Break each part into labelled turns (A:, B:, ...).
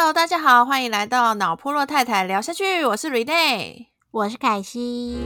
A: Hello， 大家好，欢迎来到脑波弱太太聊下去，我是 Renee，
B: 我是凯西。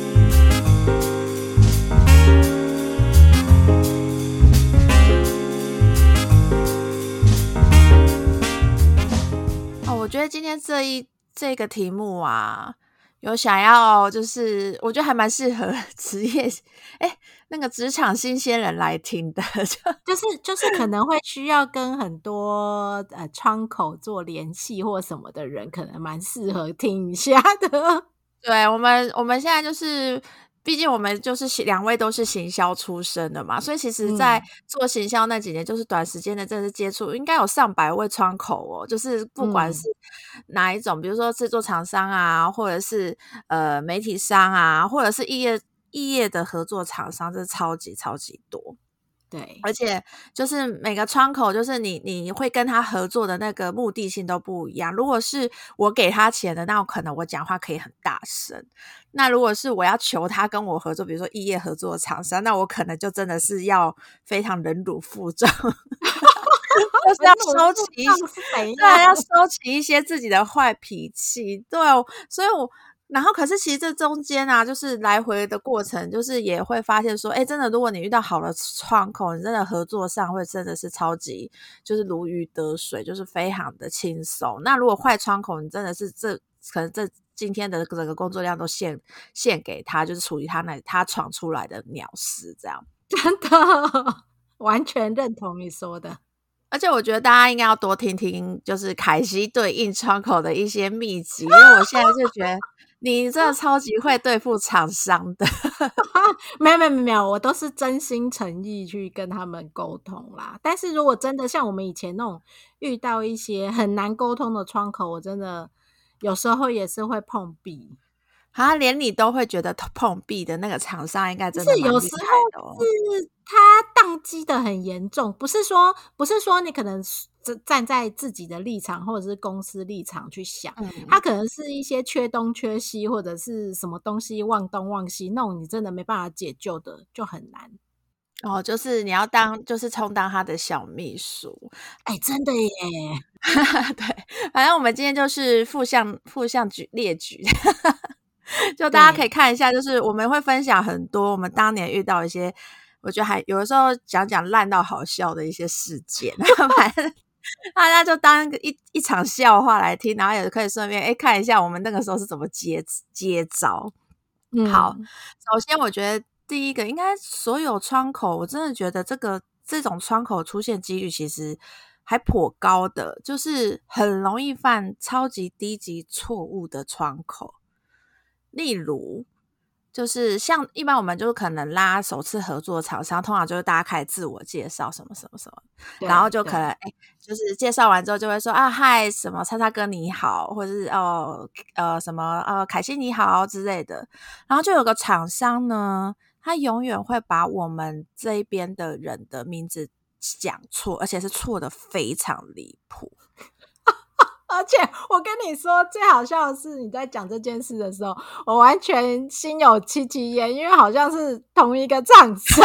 A: 我觉得今天这个题目啊，有想要就是我觉得还蛮适合那个职场新鲜人来听的，
B: 就是可能会需要跟很多窗口做联系或什么的人，可能蛮适合听一下的。
A: 对，我们现在就是毕竟我们就是两位都是行销出身的嘛，所以其实在做行销那几年，就是短时间的真的是接触应该有上百位窗口哦，就是不管是哪一种，比如说制作厂商啊，或者是媒体商啊，或者是异业的合作厂商，这超级超级多。
B: 对，
A: 而且就是每个窗口，就是你会跟他合作的那个目的性都不一样。如果是我给他钱的，那可能我讲话可以很大声。那如果是我要求他跟我合作，比如说异业合作的厂商，那我可能就真的是要非常忍辱负重，就是要收起对，要收起一些自己的坏脾气。对，所以然后可是其实这中间啊，就是来回的过程，就是也会发现说，真的如果你遇到好的窗口，你真的合作上会真的是超级就是如鱼得水，就是非常的轻松。那如果坏窗口，你真的是可能今天的整个工作量都献给他，就是处理他闯出来的鸟事这样。
B: 真的完全认同你说的。
A: 而且我觉得大家应该要多听听就是凯西对应窗口的一些秘籍，因为我现在就觉得你真的超级会对付厂商的。
B: 没有，我都是真心诚意去跟他们沟通啦。但是如果真的像我们以前那种遇到一些很难沟通的窗口，我真的有时候也是会碰壁。
A: 连你都会觉得碰壁的那个厂商，应该真的蛮厉害的哦。
B: 是有时候是他宕机的很严重，不是说你可能站在自己的立场或者是公司立场去想，他可能是一些缺东缺西，或者是什么东西忘东忘西，那种你真的没办法解救的，就很难。
A: 就是你要就是充当他的小秘书。
B: 真的耶。
A: 对，反正我们今天就是负向列举。就大家可以看一下，就是我们会分享很多我们当年遇到一些我觉得还有的时候讲烂到好笑的一些事件，反正大家就当一场笑话来听，然后也可以顺便看一下我们那个时候是怎么接招。好，首先我觉得第一个应该所有窗口，我真的觉得这种窗口出现几率其实还颇高的，就是很容易犯超级低级错误的窗口。例如就是像一般我们就可能拉首次合作的厂商，通常就是大家开始自我介绍什么什么什么，然后就可能就是介绍完之后就会说啊嗨什么叉叉哥你好，或者是什么凯西你好之类的。然后就有个厂商呢，他永远会把我们这一边的人的名字讲错，而且是错的非常离谱。
B: 而且我跟你说最好笑的是，你在讲这件事的时候，我完全心有戚戚焉，因为好像是同一个厂商。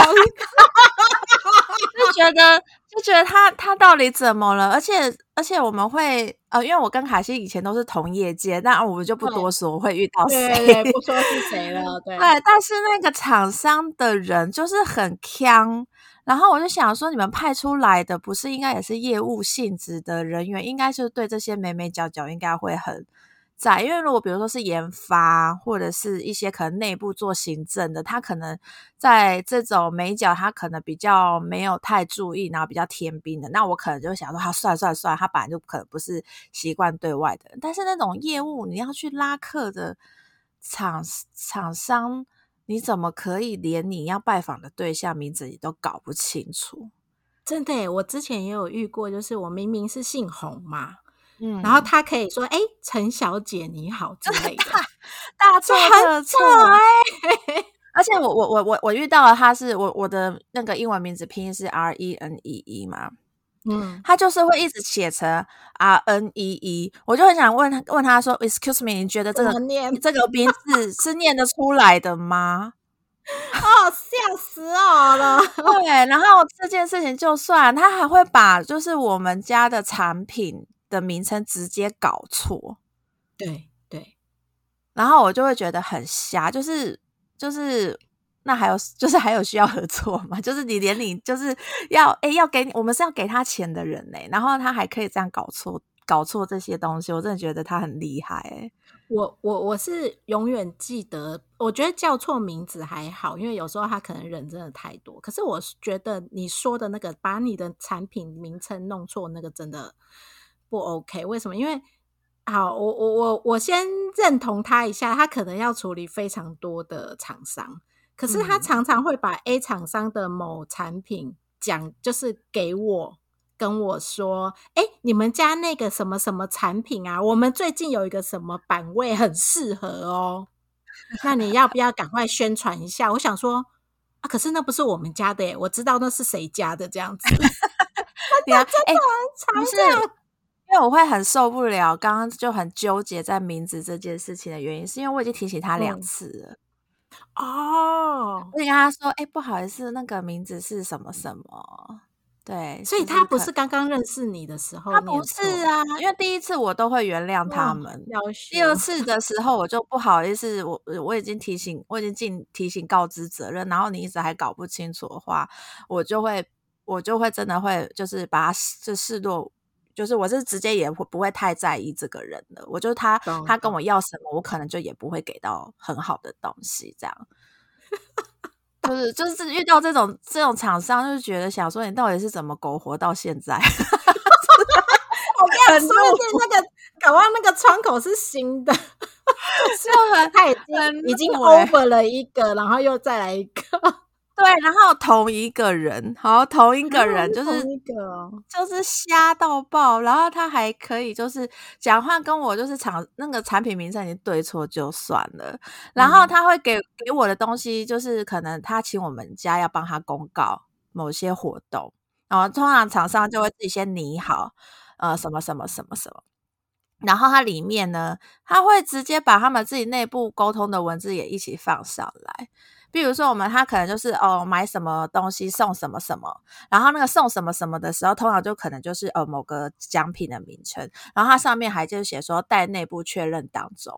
A: 就觉得他到底怎么了？而且我们会因为我跟凯西以前都是同业界，那我们就不多说会遇到谁，
B: 对，不说是谁了。对，
A: 但是那个厂商的人就是很呛。然后我就想说，你们派出来的不是应该也是业务性质的人员，应该是对这些眉眉角角应该会很在，因为如果比如说是研发或者是一些可能内部做行政的，他可能在这种眉角他可能比较没有太注意，然后比较天兵的，那我可能就想说他算，他本来就可能不是习惯对外的人。但是那种业务你要去拉客的厂商，你怎么可以连你要拜访的对象名字你都搞不清楚？
B: 真的耶，我之前也有遇过，就是我明明是姓洪嘛，然后他可以说陈小姐你好之类的，
A: 大错特错。而且我遇到了他是我的那个英文名字拼音是 RENEE 嘛，他就是会一直写成 RNEE， 我就很想问他说 Excuse me， 你觉得这个名字是念得出来的吗？
B: 吓死我了。
A: 对，然后这件事情就算他还会把就是我们家的产品的名称直接搞错。
B: 对对，
A: 然后我就会觉得很瞎，就是那还有需要合作吗？就是你连你就是要给你，我们是要给他钱的人呢，然后他还可以这样搞错这些东西，我真的觉得他很厉害。
B: 我是永远记得，我觉得叫错名字还好，因为有时候他可能人真的太多。可是我觉得你说的那个把你的产品名称弄错，那个真的不 OK。为什么？因为好，我先认同他一下，他可能要处理非常多的厂商，可是他常常会把 A 厂商的某产品就是跟我说，你们家那个什么什么产品啊，我们最近有一个什么版位很适合哦，那你要不要赶快宣传一下？我想说啊，可是那不是我们家的耶，我知道那是谁家的这样子。
A: 对啊，
B: 真的很
A: 不是，
B: 常这样。
A: 因为我会很受不了，刚刚就很纠结在名字这件事情的原因，是因为我已经提醒他2次了。
B: 哦，
A: 我已经跟他说，不好意思，那个名字是什么什么。对，
B: 所以他不是刚刚认识你的时候
A: 他不
B: 念错
A: 是啊，因为第一次我都会原谅他们，
B: 要
A: 第二次的时候我就不好意思，我已经尽提醒告知责任，然后你一直还搞不清楚的话，我就会真的会就是把他就视作，就是我是直接也不会太在意这个人的，我就他跟我要什么，我可能就也不会给到很好的东西，这样。就是遇到这种厂商，就是觉得想说你到底是怎么苟活到现在？
B: 我跟你说，那个搞不好那个窗口是新的，他已经 over 了一个，然后又再来一个。
A: 对，然后同一个人就是瞎到爆，然后他还可以就是讲话跟我就是那个产品名称已经对错就算了，然后他会给我的东西就是可能他请我们家要帮他公告某些活动，然后通常厂商就会自己先拟好什么什么什么什么，然后它里面呢，他会直接把他们自己内部沟通的文字也一起放上来。比如说他可能就是买什么东西送什么什么，然后那个送什么什么的时候，通常就可能就是某个奖品的名称，然后它上面还就写说待内部确认当中。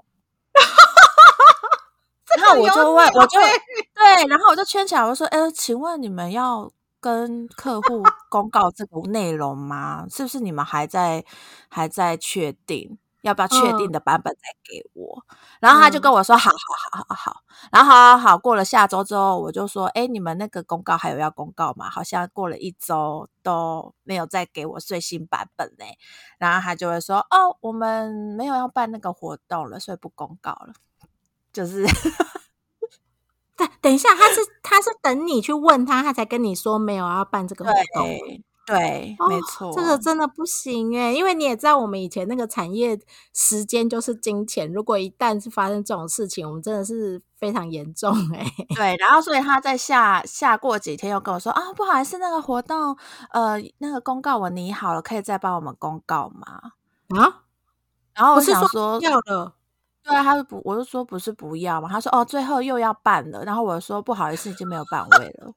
A: 然后对，然后我就圈起来，我说请问你们要跟客户公告这个内容吗？是不是你们还在确定？要不要确定的版本再给我？然后他就跟我说好，然后好，过了下周之后，我就说你们那个公告还有要公告吗？好像过了1周都没有再给我最新版本呢。然后他就会说我们没有要办那个活动了，所以不公告了。就是
B: 等一下，他是等你去问他才跟你说没有要办这个活动。
A: 对，没错，
B: 这个真的不行因为你也知道我们以前那个产业时间就是金钱，如果一旦是发生这种事情，我们真的是非常严重
A: 对，然后所以他在下过几天又跟我说不好意思，那个活动那个公告我拟好了，可以再帮我们公告吗？然后我想说
B: 要了。
A: 对啊，我就说不是不要嘛，他说最后又要办了，然后我说不好意思，已经没有版位了。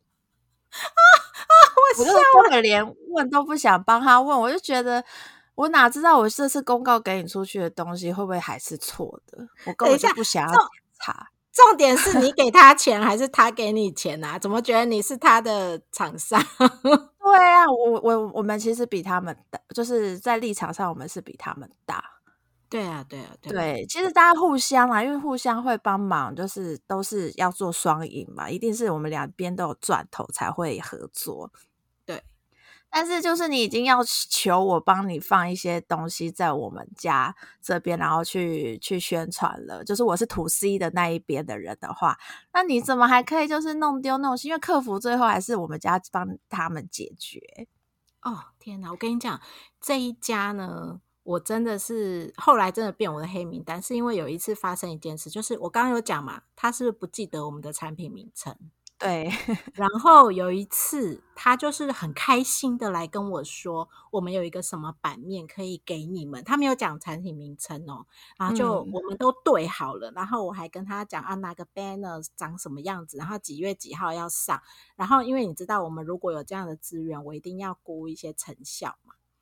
A: 我就根本连问都不想帮他问，我就觉得我哪知道我这次公告给你出去的东西会不会还是错的，我根本就不想要检查。
B: 重点是你给他钱还是他给你钱啊？怎么觉得你是他的厂商？
A: 对啊，我们其实比他们大，就是在立场上我们是比他们大。
B: 对啊，
A: 对，其实大家互相啦，因为互相会帮忙，就是都是要做双赢嘛，一定是我们两边都有赚头才会合作。
B: 对，
A: 但是就是你已经要求我帮你放一些东西在我们家这边，然后去宣传了，就是我是to C 的那一边的人的话，那你怎么还可以就是弄丢弄西？因为客服最后还是我们家帮他们解决。
B: 天哪，我跟你讲，这一家呢，我真的是后来真的变我的黑名单，是因为有一次发生一件事，就是我刚刚有讲嘛，他是不是不记得我们的产品名称？
A: 对，
B: 然后有一次他就是很开心的来跟我说，我们有一个什么版面可以给你们，他没有讲产品名称然后就我们都对好了，然后我还跟他讲那个 banner 长什么样子，然后几月几号要上，然后因为你知道我们如果有这样的资源，我一定要估一些成效嘛。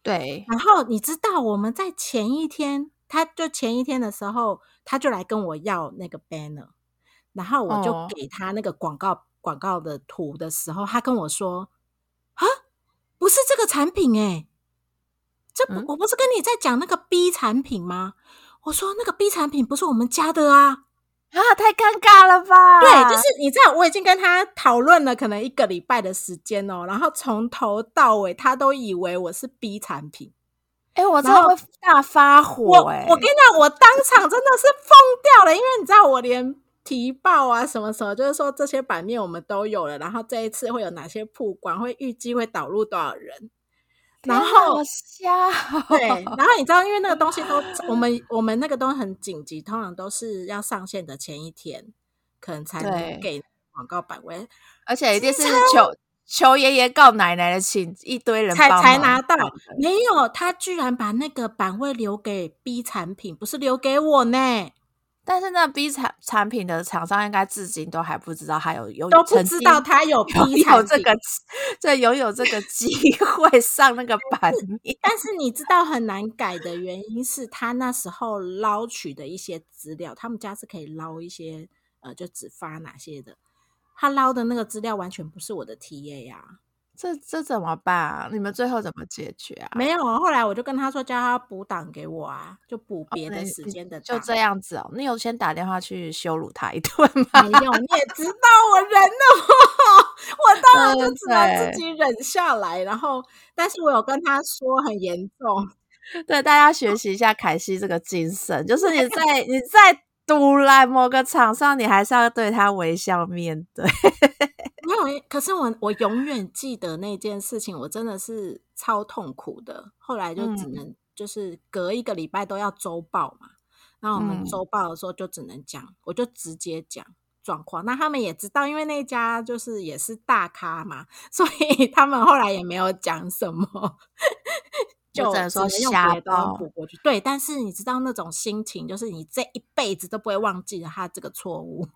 A: 对，
B: 然后你知道我们在前一天的时候，他就来跟我要那个 banner， 然后我就给他那个广告的图的时候，他跟我说啊，不是这个产品我不是跟你在讲那个 B 产品吗？我说那个 B 产品不是我们家的啊，
A: 太尴尬了吧？
B: 对，就是你知道我已经跟他讨论了可能1个礼拜的时间然后从头到尾他都以为我是 B 产品。
A: 我真的会大发火
B: 我跟你讲，我当场真的是疯掉了，因为你知道我连提报啊什么什么，就是说这些版面我们都有了，然后这一次会有哪些曝光，会预计会导入多少人，然后
A: 瞎
B: 对，然后你知道因为那个东西都我们那个都很紧急，通常都是要上线的前一天可能才能给广告版位，
A: 而且一定是求爷爷告奶奶的，请一堆人
B: 才拿到。没有，他居然把那个版位留给 B 产品，不是留给我呢。
A: 但是那 B 产品的厂商应该至今都还不知道还有
B: 都不知道他有 B 产品，
A: 拥有这个机会上那个版面。
B: 但是你知道很难改的原因是他那时候捞取的一些资料，他们家是可以捞一些就只发哪些的。他捞的那个资料完全不是我的 TA 啊，
A: 这怎么办啊？你们最后怎么解决啊？
B: 没有啊，后来我就跟他说叫他补档给我啊，就补别的时间的档，
A: 就这样子你有先打电话去羞辱他一顿吗？
B: 没有，你也知道我人那么我当然就只能自己忍下来，然后但是我有跟他说很严重，
A: 对，大家学习一下凯西这个精神，就是你在堵拦某个厂商，你还是要对他微笑面对。
B: 没有，可是我永远记得那件事情，我真的是超痛苦的。后来就只能就是隔1个礼拜都要周报嘛，然后我们周报的时候就只能讲，我就直接讲状况。那他们也知道，因为那家就是也是大咖嘛，所以他们后来也没有讲什么。就
A: 只能说
B: 用别的东西补过去。对，但是你知道那种心情，就是你这一辈子都不会忘记他这个错误。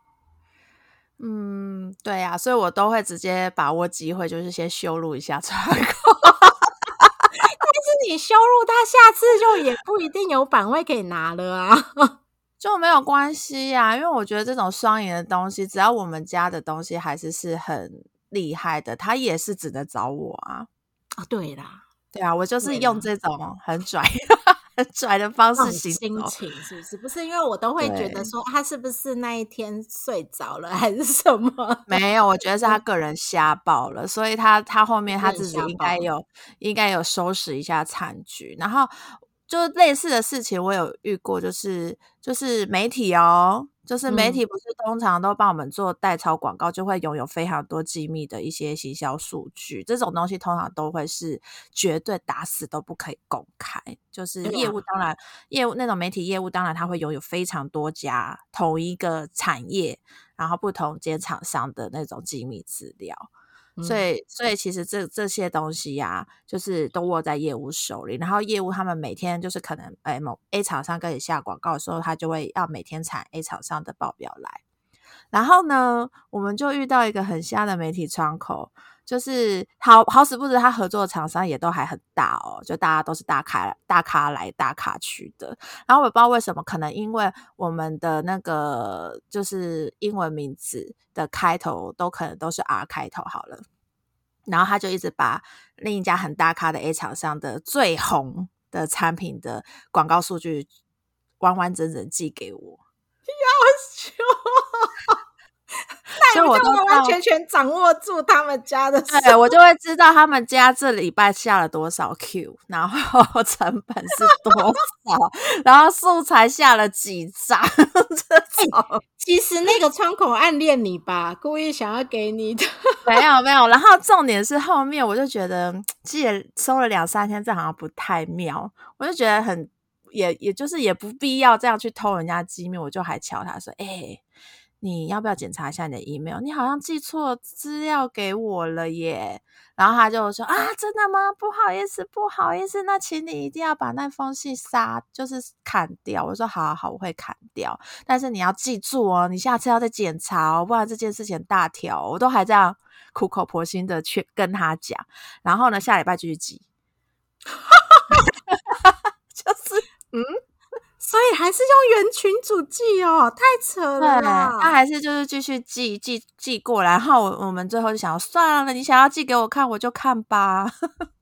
A: 对啊，所以我都会直接把握机会，就是先羞辱一下窗口。
B: 但是你羞辱他，下次就也不一定有版位可以拿了啊。
A: 就没有关系啊，因为我觉得这种双赢的东西，只要我们家的东西还是很厉害的，他也是只能找我啊。
B: 对啦。
A: 对啊，我就是用这种很拽很拽的方式行走。
B: 心情是不是？不是，因为我都会觉得说他是不是那一天睡着了还是什么？
A: 没有，我觉得是他个人瞎报了，所以他后面他自己应该有收拾一下残局。然后就类似的事情我有遇过，就是媒体就是媒体不是通常都帮我们做代操广告，就会拥有非常多机密的一些行销数据，这种东西通常都会是绝对打死都不可以公开。就是业务当然那种媒体业务当然它会拥有非常多家同一个产业然后不同间厂商的那种机密资料。所以其实这些东西啊，就是都握在业务手里，然后业务他们每天就是可能某 A 厂商跟你下广告的时候，他就会要每天产 A 厂商的报表来。然后呢，我们就遇到一个很瞎的媒体窗口，就是好死不死，他合作的厂商也都还很大就大家都是大咖来大咖去的。然后我不知道为什么，可能因为我们的那个就是英文名字的开头都可能都是 R 开头好了，然后他就一直把另一家很大咖的 A 厂商的最红的产品的广告数据完完整整寄给我。
B: 要求那你就完完全掌握住他们家的，
A: 对，我就会知道他们家这礼拜下了多少 Q， 然后成本是多少，然后素材下了几张这种。
B: 其实那个窗口暗恋你吧，故意想要给你的。
A: 没有，然后重点是后面我就觉得记得收了2-3天，这好像不太妙，我就觉得很也就是也不必要这样去偷人家机密，我就还敲他说你要不要检查一下你的 email？ 你好像寄错资料给我了耶。然后他就说真的吗？不好意思，那请你一定要把那封信就是砍掉。我说好，我会砍掉，但是你要记住你下次要再检查不然这件事情很大条。我都还这样苦口婆心的去跟他讲。然后呢，下礼拜继续寄。 就是
B: 所以还是用原群主寄哦，太扯了啦。
A: 他还是就是继续寄过来，然后我们最后就想算了，你想要寄给我看我就看吧。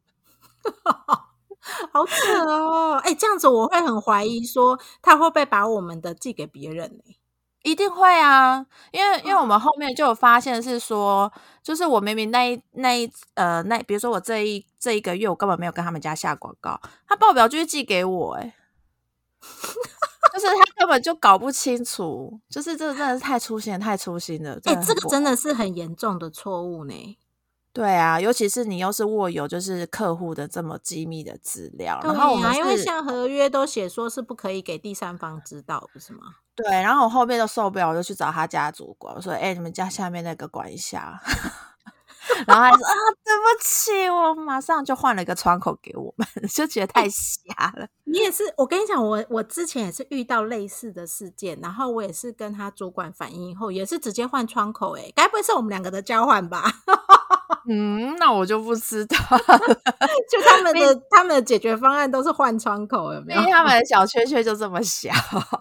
B: 好扯哦！这样子我会很怀疑说他会不会把我们的寄给别人呢？
A: 一定会啊，因为我们后面就有发现是说，就是我明明比如说我这一个月我根本没有跟他们家下广告，他报表就是寄给我就是他根本就搞不清楚，就是这个真的是太粗心了。
B: 这个真的是很严重的错误呢。
A: 对啊，尤其是你又是握有就是客户的这么机密的资料，
B: 对
A: 然后我们
B: 因为像合约都写说是不可以给第三方知道，不是吗？
A: 对，然后我后面就受不了，我就去找他家主管，我说：“你们家下面那个管一下。”然后他说：“啊，对不起。”我马上就换了一个窗口给我们，就觉得太瞎了。
B: 你也是，我跟你讲，我之前也是遇到类似的事件，然后我也是跟他主管反映以后，也是直接换窗口。该不会是我们两个的交换吧？
A: 那我就不知道
B: 就他们的解决方案都是换窗口，有没有？
A: 因为他们的小圈圈就这么小。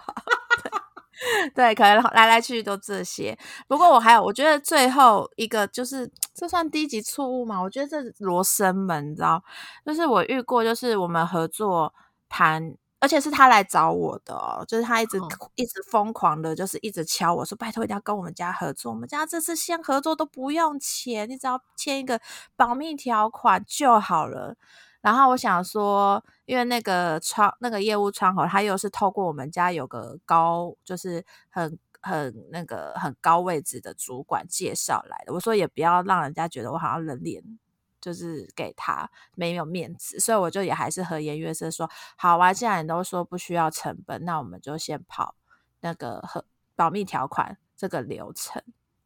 A: 对，可能来来去去都这些。不过我觉得最后一个就是这算低级错误吗？我觉得这罗生门，你知道，就是我遇过，就是我们合作谈，而且是他来找我的就是他一直疯狂的，就是一直敲我说拜托一定要跟我们家合作，我们家这次先合作都不用钱，你只要签一个保密条款就好了。然后我想说，因为那个业务窗口，他又是透过我们家有个就是很高位置的主管介绍来的。我说也不要让人家觉得我好像人脸就是给他没有面子，所以我就也还是和颜悦色说，好啊，既然你都说不需要成本，那我们就先跑那个保密条款这个流程。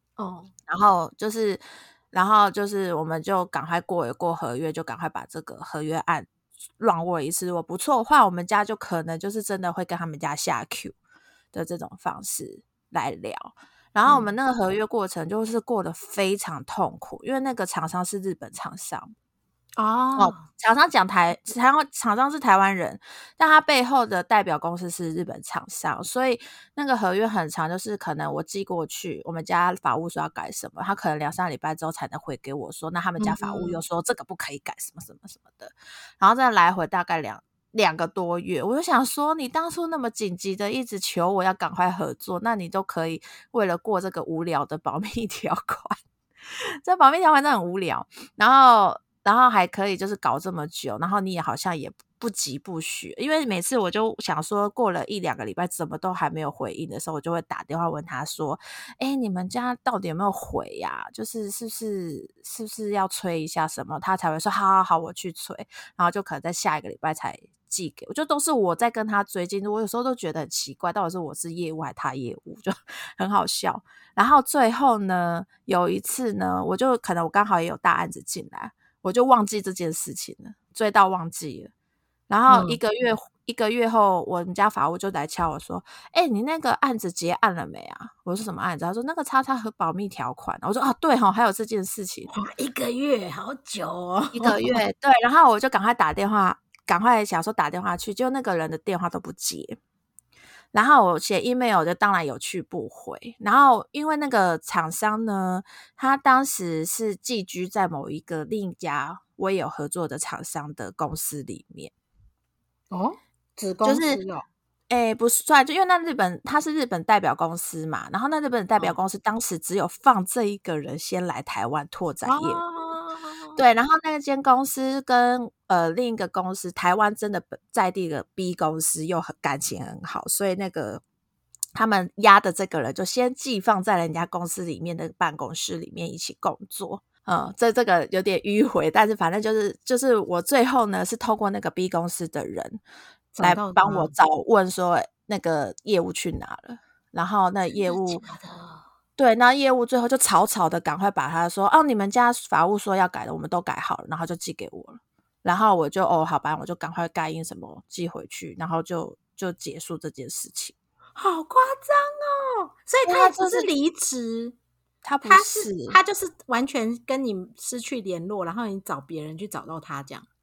A: 然后就是我们就赶快过合约，就赶快把这个合约案乱过一次。如果不错的话，我们家就可能就是真的会跟他们家下 Q 的这种方式来聊。然后我们那个合约过程就是过得非常痛苦，因为那个厂商是日本厂商。厂商厂商是台湾人，但他背后的代表公司是日本厂商，所以那个合约很长，就是可能我寄过去，我们家法务说要改什么，他可能2-3礼拜之后才能回给我说，那他们家法务又说这个不可以改什么什么什么的，然后再来回大概两个多月，我就想说，你当初那么紧急的一直求我要赶快合作，那你都可以为了过这个无聊的保密条款，这保密条款真的很无聊，然后还可以就是搞这么久，然后你也好像也不急不徐，因为每次我就想说过了1-2个礼拜怎么都还没有回应的时候，我就会打电话问他说，你们家到底有没有回呀？就是是不是要催一下什么？他才会说好我去催，然后就可能在下一个礼拜才寄给我，就都是我在跟他追进，我有时候都觉得很奇怪，到底是我是业务还是他业务，就很好笑。然后最后呢，有一次呢，我就可能我刚好也有大案子进来，我就忘记这件事情了，追到忘记了。然后一个月后，我们家法务就来敲我说：“你那个案子结案了没啊？”我说：“什么案子？”他说：“那个叉和保密条款。”我说：“啊，对哦，还有这件事情。”
B: 哇，1个月好久哦
A: ，1个月对。然后我就赶快赶快想说打电话去，就那个人的电话都不接。然后我写 email 就当然有去不回，然后因为那个厂商呢，他当时是寄居在某一个另一家我也有合作的厂商的公司里面。
B: 子公司
A: 不算，就因为他是日本代表公司嘛，然后那日本代表公司当时只有放这一个人先来台湾拓展业务。对，然后那间公司跟另一个公司台湾真的在地的 B 公司又感情很好，所以那个他们压的这个人就先寄放在人家公司里面的办公室里面一起工作。这个有点迂回，但是反正就是我最后呢是透过那个 B 公司的人来帮我问说那个业务去哪了，然后那业务对，那业务最后就草草的赶快把他说你们家法务说要改的我们都改好了，然后就寄给我了，然后我就好吧，我就赶快盖印什么寄回去，然后就结束这件事情。
B: 好夸张哦！所以他只是离职，
A: 他不是，
B: 他就是完全跟你失去联络，然后你找别人去找到他这样。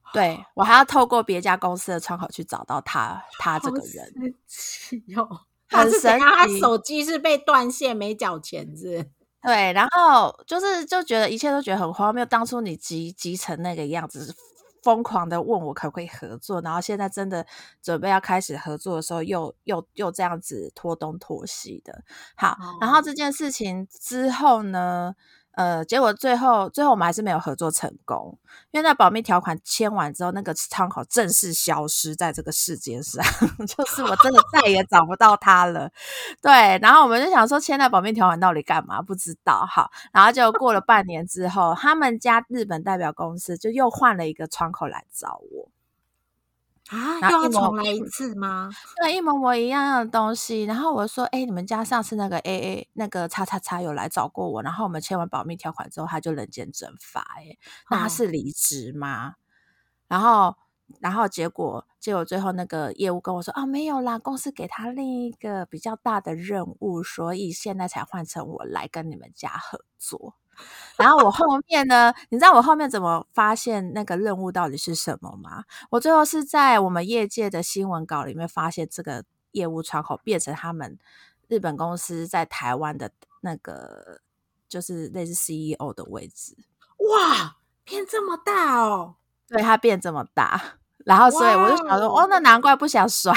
A: 对，我还要透过别家公司的窗口去找到他这个人，
B: 好神奇哦！他是怎样？他手机是被断线没缴钱是？
A: 对，然后就觉得一切都觉得很荒谬。当初你急成那个样子，疯狂的问我可不可以合作，然后现在真的准备要开始合作的时候，又这样子拖东拖西的。好，然后这件事情之后呢？结果最后我们还是没有合作成功，因为那保密条款签完之后，那个窗口正式消失在这个世界上，就是我真的再也找不到他了。对，然后我们就想说签那保密条款到底干嘛？不知道。好，然后就过了半年之后，他们家日本代表公司就又换了一个窗口来找我。
B: 啊，又要重来一次吗？
A: 对，一模模一样的东西。然后我说：“你们家上次那个 AA 那个叉叉叉有来找过我，然后我们签完保密条款之后，他就人间蒸发。那他是离职吗？”然后结果最后那个业务跟我说：“哦，没有啦，公司给他另一个比较大的任务，所以现在才换成我来跟你们家合作。”然后我后面呢，你知道我后面怎么发现那个任务到底是什么吗？我最后是在我们业界的新闻稿里面发现这个业务窗口变成他们日本公司在台湾的那个就是类似 CEO 的位置。
B: 哇，变这么大哦！
A: 对，它变这么大，然后所以我就想说，哦，那难怪不想甩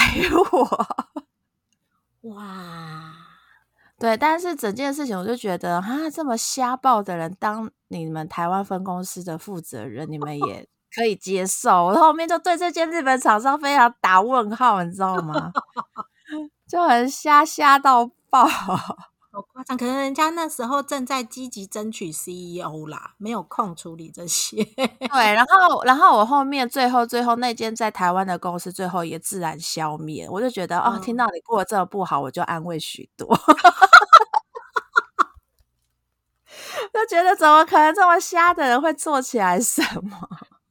A: 我。
B: 哇！
A: 对，但是整件事情我就觉得这么瞎爆的人当你们台湾分公司的负责人，你们也可以接受。我后面就对这间日本厂商非常打问号，你知道吗？就很瞎到爆。
B: 好夸张，可能人家那时候正在积极争取 CEO 啦，没有空处理这些。
A: 对，然后我后面最后那间在台湾的公司最后也自然消灭，我就觉得听到你过得这么不好，我就安慰许多。就觉得怎么可能这么瞎的人会做起来什么？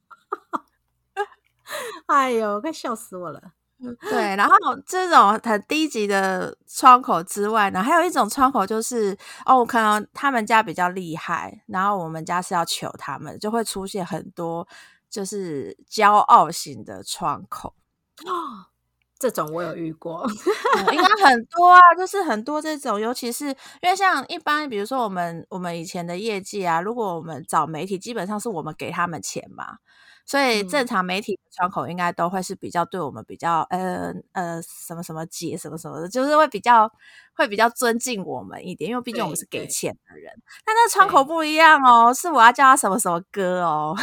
B: 哎呦，快笑死我了。
A: 对，然后这种很低级的窗口之外呢，还有一种窗口就是可能他们家比较厉害，然后我们家是要求他们，就会出现很多就是骄傲型的窗口。
B: 这种我有遇过。
A: 应该很多啊，就是很多这种，尤其是因为像一般比如说我们以前的业界啊，如果我们找媒体，基本上是我们给他们钱嘛，所以正常媒体的窗口应该都会是比较对我们比较什么什么姐什么什么的，就是会比较尊敬我们一点，因为毕竟我们是给钱的人。但那窗口不一样哦，是我要叫他什么什么哥哦。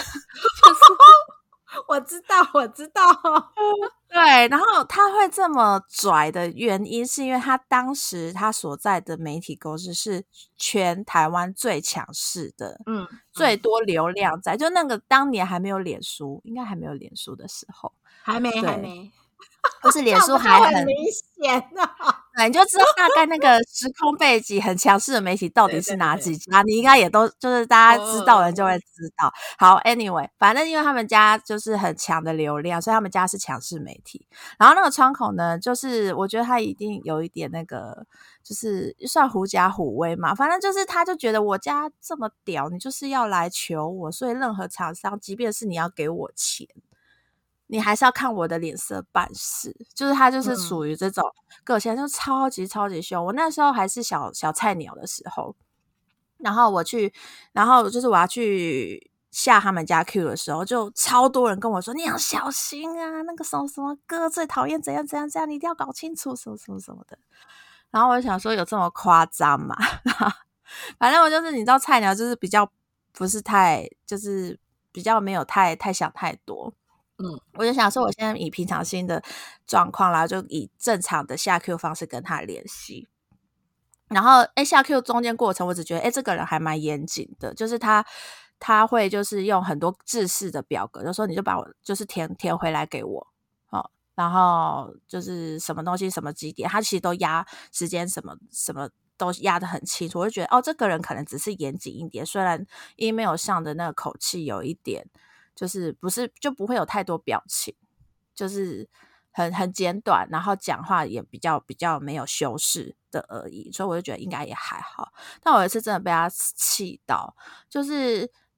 B: 我知道
A: 对，然后他会这么拽的原因是因为他当时他所在的媒体公司是全台湾最强势的，最多流量在，就那个当年还没有脸书，应该还没有脸书的时候，
B: 还没
A: 就是脸书还
B: 很明显啊。
A: 对，你就知道大概那个时空背景很强势的媒体到底是哪几家，你应该也都就是大家知道的人就会知道。好 ，anyway， 反正因为他们家就是很强的流量，所以他们家是强势媒体。然后那个窗口呢，就是我觉得他一定有一点那个，就是算狐假虎威嘛。反正就是他就觉得我家这么屌，你就是要来求我，所以任何厂商，即便是你要给我钱，你还是要看我的脸色办事，就是他就是属于这种个性，就超级凶。我那时候还是小菜鸟的时候，然后就是我要去下他们家 Q 的时候，就超多人跟我说你要小心啊，那个什么什么哥最讨厌怎样，你一定要搞清楚什么的。然后我就想说有这么夸张吗？反正我就是你知道菜鸟就是比较不是太就是比较没有太想太多。我就想说我现在以平常心的状况啦，就以正常的下 Q 方式跟他联系。然后下 Q 中间过程我只觉得这个人还蛮严谨的，就是他会就是用很多制式的表格，就说你就把我就是填回来给我，然后就是什么东西什么几点，他其实都压时间什么都压得很清楚。我就觉得这个人可能只是严谨一点，虽然 email 上的那个口气有一点就是不会有太多表情，就是很简短，然后讲话也比较没有修饰的而已，所以我就觉得应该也还好。但我有一次真的被他气到，就是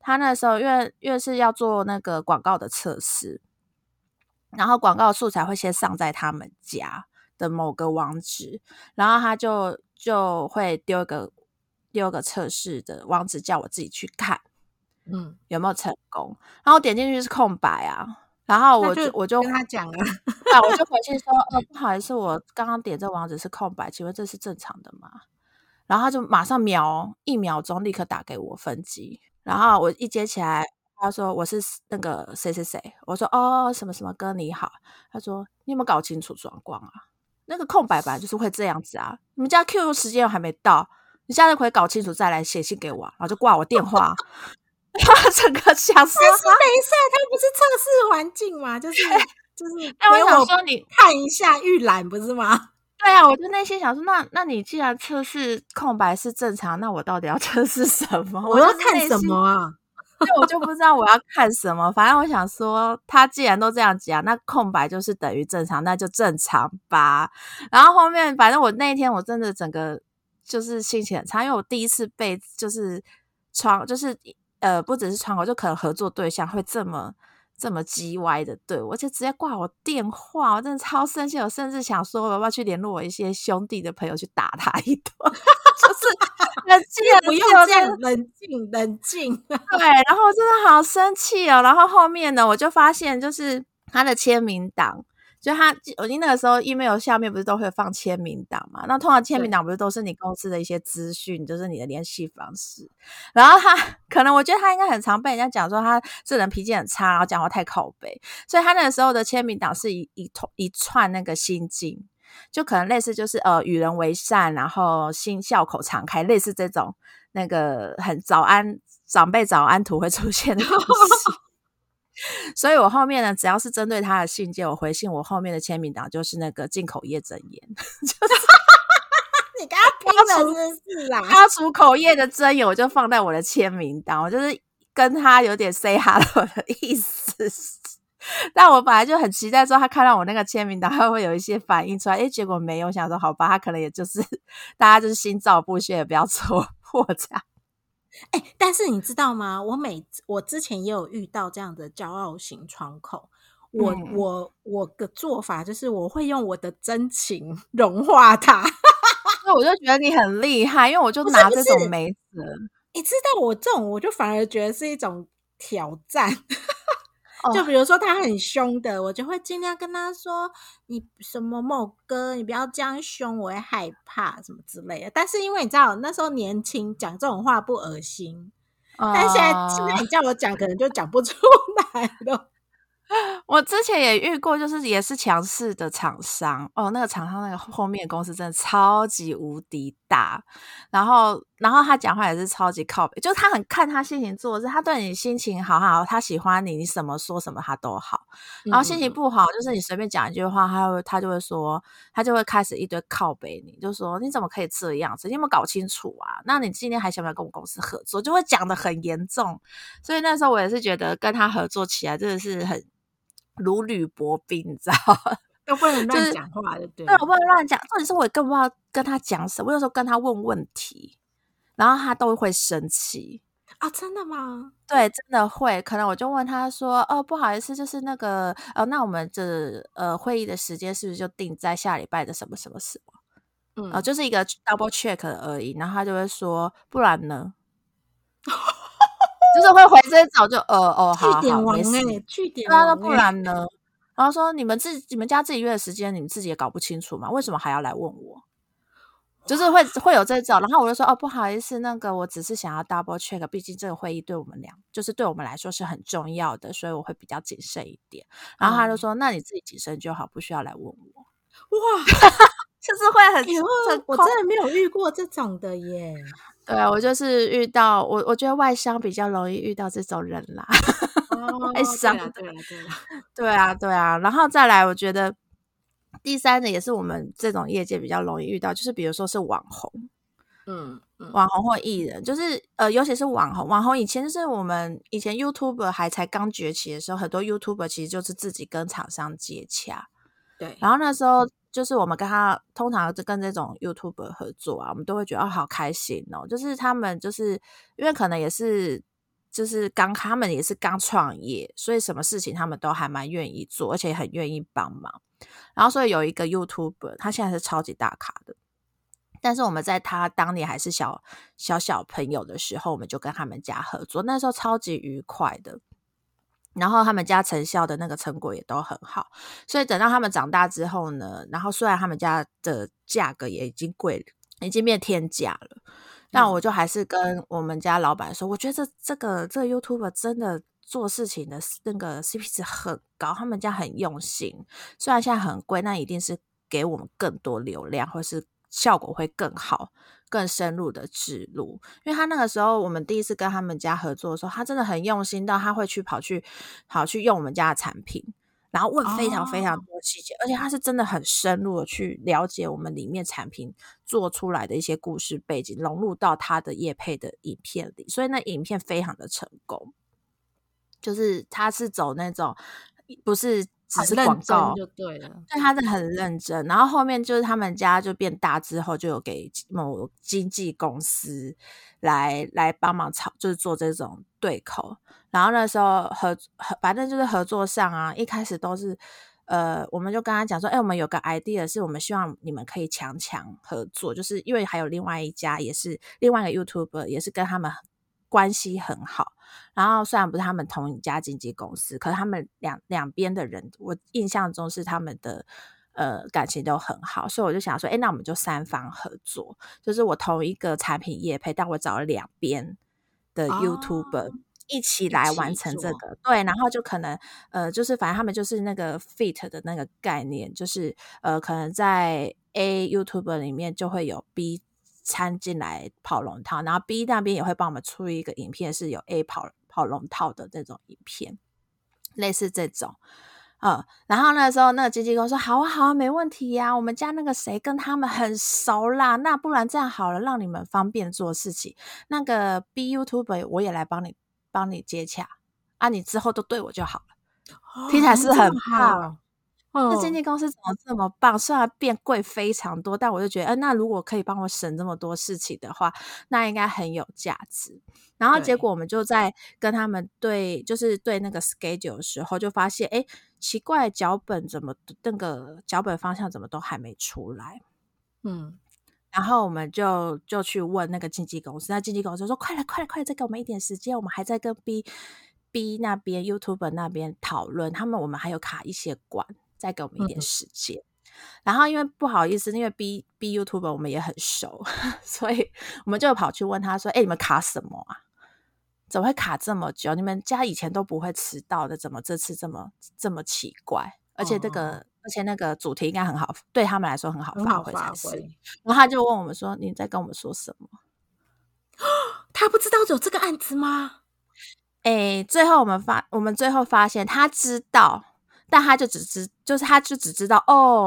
A: 他那时候因为是要做那个广告的测试，然后广告素材会先上在他们家的某个网址，然后他就会丢一个测试的网址叫我自己去看，有没有成功？然后我点进去是空白啊，然后我就
B: 跟他讲啊，
A: 我就回去说，不好意思，我刚刚点这网址是空白，请问这是正常的吗？然后他就马上1秒钟立刻打给我分机，然后我一接起来，他说我是那个谁谁谁，我说什么什么哥你好，他说你有没有搞清楚状况啊？那个空白本来就是会这样子啊，你们家 QQ 时间还没到，你下次可以搞清楚再来写信给我，然后就挂我电话。他整个想说，
B: 但是等一下，他不是测试环境嘛，就是
A: 我想说你
B: 看一下预览不是吗？
A: 对啊，我就内心想说，那你既然测试空白是正常，那我到底要测试什么？
B: 我要看什么啊？
A: 对，我就不知道我要看什么。反正我想说，他既然都这样讲，那空白就是等于正常，那就正常吧。然后后面，反正我那一天我真的整个就是心情很差，因为我第一次被就是不只是窗口，就可能合作对象会这么叽歪的对我，就直接挂我电话，我真的超生气。我甚至想说，我要不要去联络我一些兄弟的朋友去打他一顿？就是冷静，
B: 不用这样，冷静。
A: 对，然后我真的好生气哦。然后后面呢，我就发现就是他的签名档。就我那个时候 email 下面不是都会放签名档嘛？那通常签名档不是都是你公司的一些资讯，就是你的联系方式。然后可能我觉得他应该很常被人家讲说他这人脾气很差，然后讲话太靠北，所以他那个时候的签名档是一串那个心经，就可能类似就是与人为善，然后心笑口常开，类似这种那个很长辈早安图会出现的东西。所以我后面呢，只要是针对他的信件，我回信我后面的签名档就是那个进口业真言，就是
B: 你跟他拼了真是啦，
A: 他出口业的真言，我就放在我的签名档，我就是跟他有点 say hello 的意思。但我本来就很期待说他看到我那个签名档，他会有一些反应出来，结果没有。我想说好吧，他可能也就是大家就是心照不宣，也不要戳破这样。
B: 但是你知道吗？我之前也有遇到这样的骄傲型窗口，我的做法就是我会用我的真情融化他。
A: 所以我就觉得你很厉害，因为我就拿这种没辙。
B: 你知道我这种，我就反而觉得是一种挑战。就比如说他很凶的，我就会尽量跟他说你什么某哥你不要这样凶，我会害怕什么之类的。但是因为你知道那时候年轻讲这种话不恶心，但现在你叫我讲可能就讲不出来了。
A: 我之前也遇过，就是也是强势的厂商那个厂商那个后面公司真的超级无敌大，然后他讲话也是超级靠北，就是他很看他心情做事，他对你心情好，他喜欢你，你什么说什么他都好，然后心情不好，就是你随便讲一句话，他就会说，他就会开始一堆靠北你，就说你怎么可以这样子，你有没有搞清楚啊？那你今天还想不想跟我们公司合作？就会讲得很严重，所以那时候我也是觉得跟他合作起来真的是很如履薄冰，你知道吗？
B: 都不能乱讲话的，对，
A: 我不能乱讲。重点是我也更不知道跟他讲什么，我有时候跟他问问题，然后他都会生气
B: 啊！真的吗？
A: 对，真的会。可能我就问他说：“不好意思，就是那个那我们这会议的时间是不是就定在下礼拜的什么什么什么？就是一个 double check 而已。”然后他就会说：“不然呢？”就是会回这种就好，
B: 据点王据点王
A: 说不然呢？然后说你们家自己约的时间，你们自己也搞不清楚嘛？为什么还要来问我？就是会有这种，然后我就说不好意思，那个我只是想要 double check， 毕竟这个会议对我们就是对我们来说是很重要的，所以我会比较谨慎一点。然后他就说，那你自己谨慎就好，不需要来问我。
B: 哇，
A: 就是会很
B: 我真的没有遇过这种的耶。
A: 对啊，我就是遇到我觉得外商比较容易遇到这种人啦。外商对啊，然后再来，我觉得第三个也是我们这种业界比较容易遇到，就是比如说是网红，网红或艺人，就是尤其是网红以前就是我们以前 YouTuber 才刚崛起的时候，很多 YouTuber 其实就是自己跟厂商接洽，
B: 对，
A: 然后那时候就是我们通常跟这种 YouTuber 合作啊，我们都会觉得好开心哦，就是他们就是因为可能也是就是他们也是刚创业，所以什么事情他们都还蛮愿意做，而且很愿意帮忙。然后所以有一个 YouTuber， 他现在是超级大咖的，但是我们在他当年还是小朋友的时候，我们就跟他们家合作，那时候超级愉快的。然后他们家成效的那个成果也都很好，所以等到他们长大之后呢，然后虽然他们家的价格也已经贵了，已经变天价了，但我就还是跟我们家老板说，我觉得这个 YouTuber 真的做事情的那个 CP 值很高，他们家很用心，虽然现在很贵，那一定是给我们更多流量，或是效果会更好，更深入的植入。因为他那个时候我们第一次跟他们家合作的时候，他真的很用心到他会跑去用我们家的产品，然后问非常非常多细节，而且他是真的很深入的去了解我们里面产品做出来的一些故事背景，融入到他的业配的影片里，所以那影片非常的成功。就是他是走那种不是只是广告
B: 就对了，
A: 对，他是很认真。然后后面就是他们家就变大之后，就有给某经纪公司来帮忙就是做这种对口。然后那时候反正就是合作上啊，一开始都是我们就跟他讲说，我们有个 idea 是我们希望你们可以强合作，就是因为还有另外一家也是另外一个 YouTuber 也是跟他们关系很好，然后虽然不是他们同一家经纪公司，可是他们两边的人，我印象中是他们的感情都很好，所以我就想说，那我们就3方合作，就是我同一个产品业配，但我找了2边的 YouTuber、一起来完成这个，对，然后就可能就是反正他们就是那个 fit 的那个概念，就是可能在 A YouTuber 里面就会有 B掺进来跑龙套，然后 B 那边也会帮我们出一个影片是有 A 跑龙套的这种影片，类似这种然后那时候那个经纪公司说好啊好啊没问题啊，我们家那个谁跟他们很熟啦，那不然这样好了，让你们方便做事情，那个 B YouTuber 我也来帮你接洽啊，你之后都对我就好了。听起来是很棒，这经纪公司怎么这么棒？虽然变贵非常多，但我就觉得那如果可以帮我省这么多事情的话，那应该很有价值。然后结果我们就在跟他们就是对那个 schedule 的时候就发现奇怪，脚本怎么那个脚本方向怎么都还没出来。然后我们就去问那个经纪公司，那经纪公司说快来再给我们一点时间，我们还在跟 B 那边 YouTuber 那边讨论，我们还有卡一些关，再给我们一点时间。然后因为不好意思，因为 B YouTuber 我们也很熟，所以我们就跑去问他说你们卡什么啊？怎么会卡这么久？你们家以前都不会迟到的，怎么这次这么奇怪？而且那个主题应该很好，对他们来说很好发挥才是。然后他就问我们说你在跟我们说什么？
B: 他不知道有这个案子吗？
A: 最后我们最后发现他知道，但他就只知道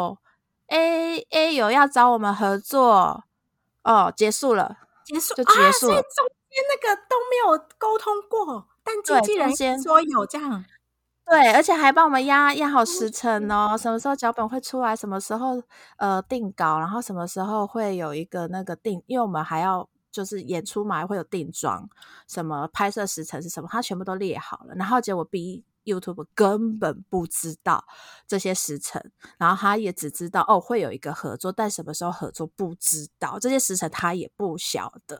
A: A 有要找我们合作结束了
B: 就结束
A: 了，
B: 中间那个都没有沟通过，但经纪人先说有这样，
A: 对，而且还帮我们压好时程哦，什么时候脚本会出来，什么时候定稿，然后什么时候会有一个那个因为我们还要就是演出嘛，会有定妆，什么拍摄时程是什么，他全部都列好了，然后结果 B YouTube 根本不知道这些时程，然后他也只知道会有一个合作，但什么时候合作不知道，这些时程他也不晓得，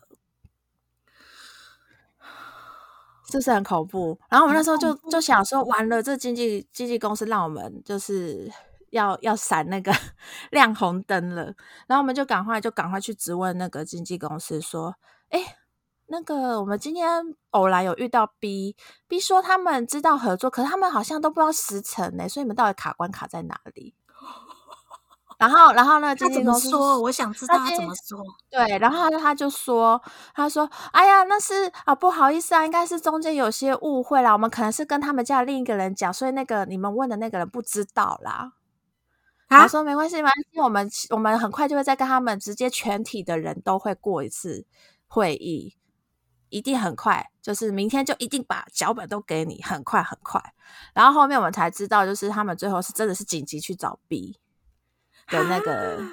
A: 是不是很恐怖？然后我们那时候就想说完了，这经纪公司让我们就是要闪那个亮红灯了，然后我们就赶快去质问那个经纪公司说那个我们今天偶然有遇到 B 说他们知道合作，可是他们好像都不知道时程所以你们到底卡关卡在哪里？然后那个经纪公司
B: 说，我想知道他怎么说。
A: 对，然后他就说，哎呀，那是不好意思啊，应该是中间有些误会啦，我们可能是跟他们家另一个人讲，所以那个你们问的那个人不知道啦。他说没关系，我们很快就会再跟他们直接全体的人都会过一次会议，一定很快，就是明天就一定把脚本都给你，很快。然后后面我们才知道，就是他们最后是真的是紧急去找 B 的那个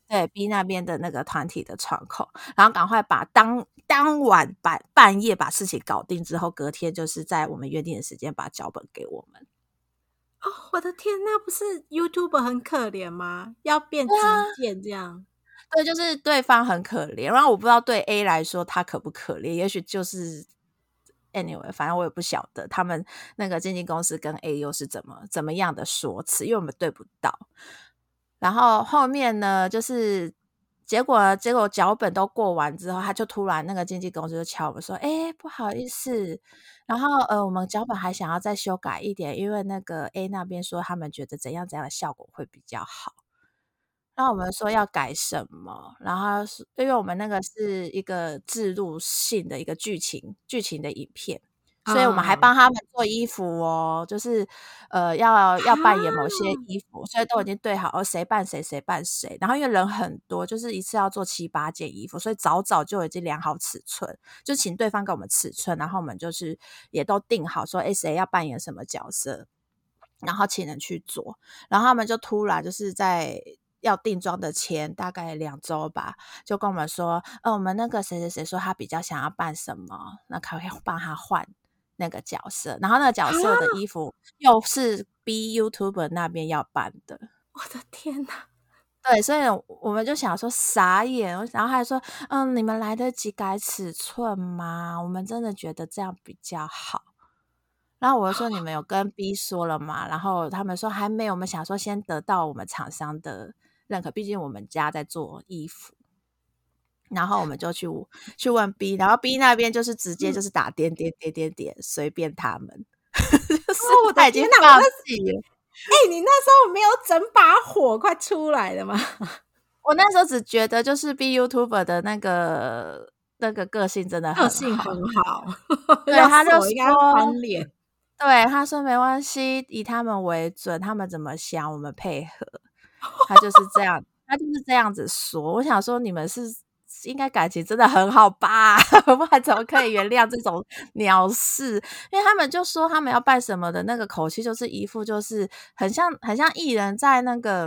A: 对 B 那边的那个团体的窗口，然后赶快把当晚半夜把事情搞定之后，隔天就是在我们约定的时间把脚本给我们。
B: 哦，我的天，那不是 YouTuber 很可怜吗？要变急件这样。
A: 对，就是对方很可怜，然后我不知道对 A 来说他可不可怜，也许就是anyway， 反正我也不晓得他们那个经纪公司跟 A 又是怎么样的说辞，因为我们对不到。然后后面呢，就是结果脚本都过完之后，他就突然那个经纪公司就敲我们说：“不好意思，然后我们脚本还想要再修改一点，因为那个 A 那边说他们觉得怎样怎样的效果会比较好。”然后我们说要改什么，然后因为我们那个是一个置入性的一个剧情的影片，所以我们还帮他们做衣服哦，就是要扮演某些衣服，所以都已经对好谁扮谁谁扮谁。然后因为人很多，就是一次要做7、8件衣服，所以早就已经量好尺寸，就请对方给我们尺寸，然后我们就是也都定好说谁要扮演什么角色，然后请人去做。然后他们就突然就是在要定妆的前大概2周吧，就跟我们说我们那个谁谁谁说他比较想要扮什么，那可不可以帮他换那个角色，然后那个角色的衣服又是 B YouTuber 那边要扮的。
B: 我的天哪！
A: 对，所以我们就想说傻眼，然后还说你们来得及改尺寸吗？我们真的觉得这样比较好。然后我就说你们有跟 B 说了吗？然后他们说还没有，我们想说先得到我们厂商的认可，毕竟我们家在做衣服。然后我们就去问 B， 然后 B 那边就是直接就是打点随便他们。就是他已经放弃了。
B: 你那时候没有整把火快出来了吗？
A: 我那时候只觉得就是 B YouTuber 的那个个性真的很好，
B: 个性很好。
A: 对，他就说
B: 翻脸。
A: 对，他说没关系，以他们为准，他们怎么想我们配合。他就是这样子说。我想说你们是应该感情真的很好吧，不然怎么可以原谅这种鸟事。因为他们就说他们要办什么的那个口气就是一副就是很像艺人在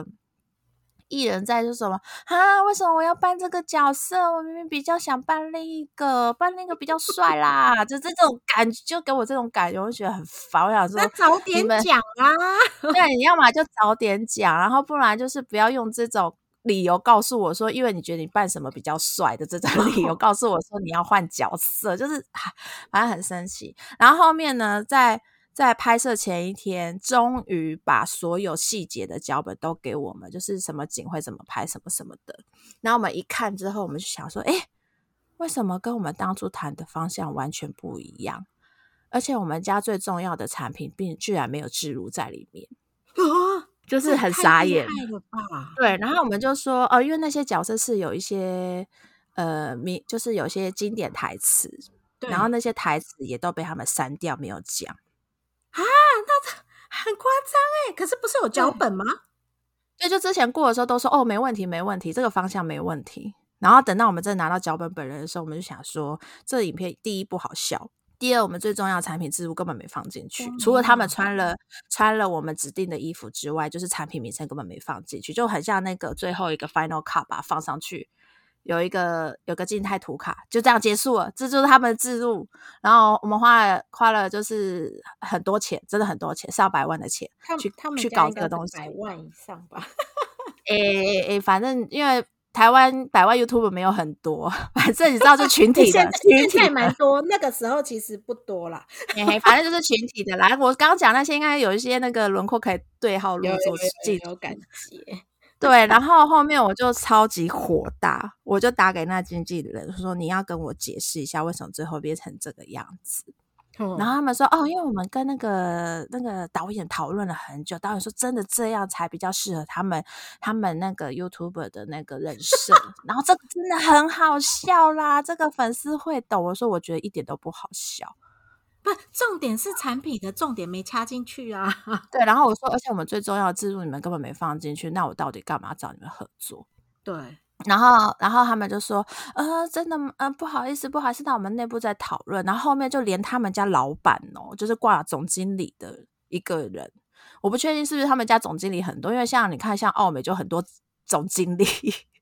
A: 就什么为什么我要扮这个角色，我明明比较想扮另一个比较帅啦。就这种感觉，就给我这种感觉，我就觉得很烦。我想说
B: 那早点讲啊。
A: 对，你要嘛就早点讲，然后不然就是不要用这种理由告诉我说因为你觉得你扮什么比较帅的这种理由告诉我说你要换角色，就是反正很生气。然后后面呢在拍摄前一天终于把所有细节的脚本都给我们，就是什么景会怎么拍什么什么的。然后我们一看之后我们就想说为什么跟我们当初谈的方向完全不一样，而且我们家最重要的产品居然没有置入在里面。就是很傻眼。对，然后我们就说因为那些角色是有一些就是有些经典台词，然后那些台词也都被他们删掉没有讲
B: 那很夸张可是不是有脚本吗？
A: 对，就之前过的时候都说没问题，这个方向没问题。然后等到我们真的拿到脚本本人的时候，我们就想说这个影片第一不好笑，第二我们最重要的产品置入根本没放进去，除了他们穿了我们指定的衣服之外，就是产品名称根本没放进去，就很像那个最后一个 final cut 把它放上去，有一个静态图卡，就这样结束了。这就是他们的置入。然后我们花了就是很多钱，真的很多钱，上百万的钱去搞这个东西，100
B: 万以上吧。
A: 反正因为台湾百万 YouTuber 没有很多，反正你知道就群体的
B: 现在蛮多，那个时候其实不多啦。
A: 反正就是群体的啦。我刚刚讲那些应该有一些那个轮廓可以对号入座，
B: 有感觉。
A: 对，然后后面我就超级火大，我就打给那经纪人说你要跟我解释一下为什么最后变成这个样子。然后他们说因为我们跟那个导演讨论了很久，导演说真的这样才比较适合他们那个 YouTuber 的那个人设。然后这个真的很好笑啦，这个粉丝会懂。我说我觉得一点都不好笑。
B: 不，重点是产品的重点没插进去啊。
A: 对，然后我说而且我们最重要的置入你们根本没放进去，那我到底干嘛找你们合作？
B: 对。
A: 然后他们就说真的不好意思，那我们内部在讨论。然后后面就连他们家老板就是挂总经理的一个人，我不确定是不是他们家总经理很多，因为像你看像奥美就很多总经理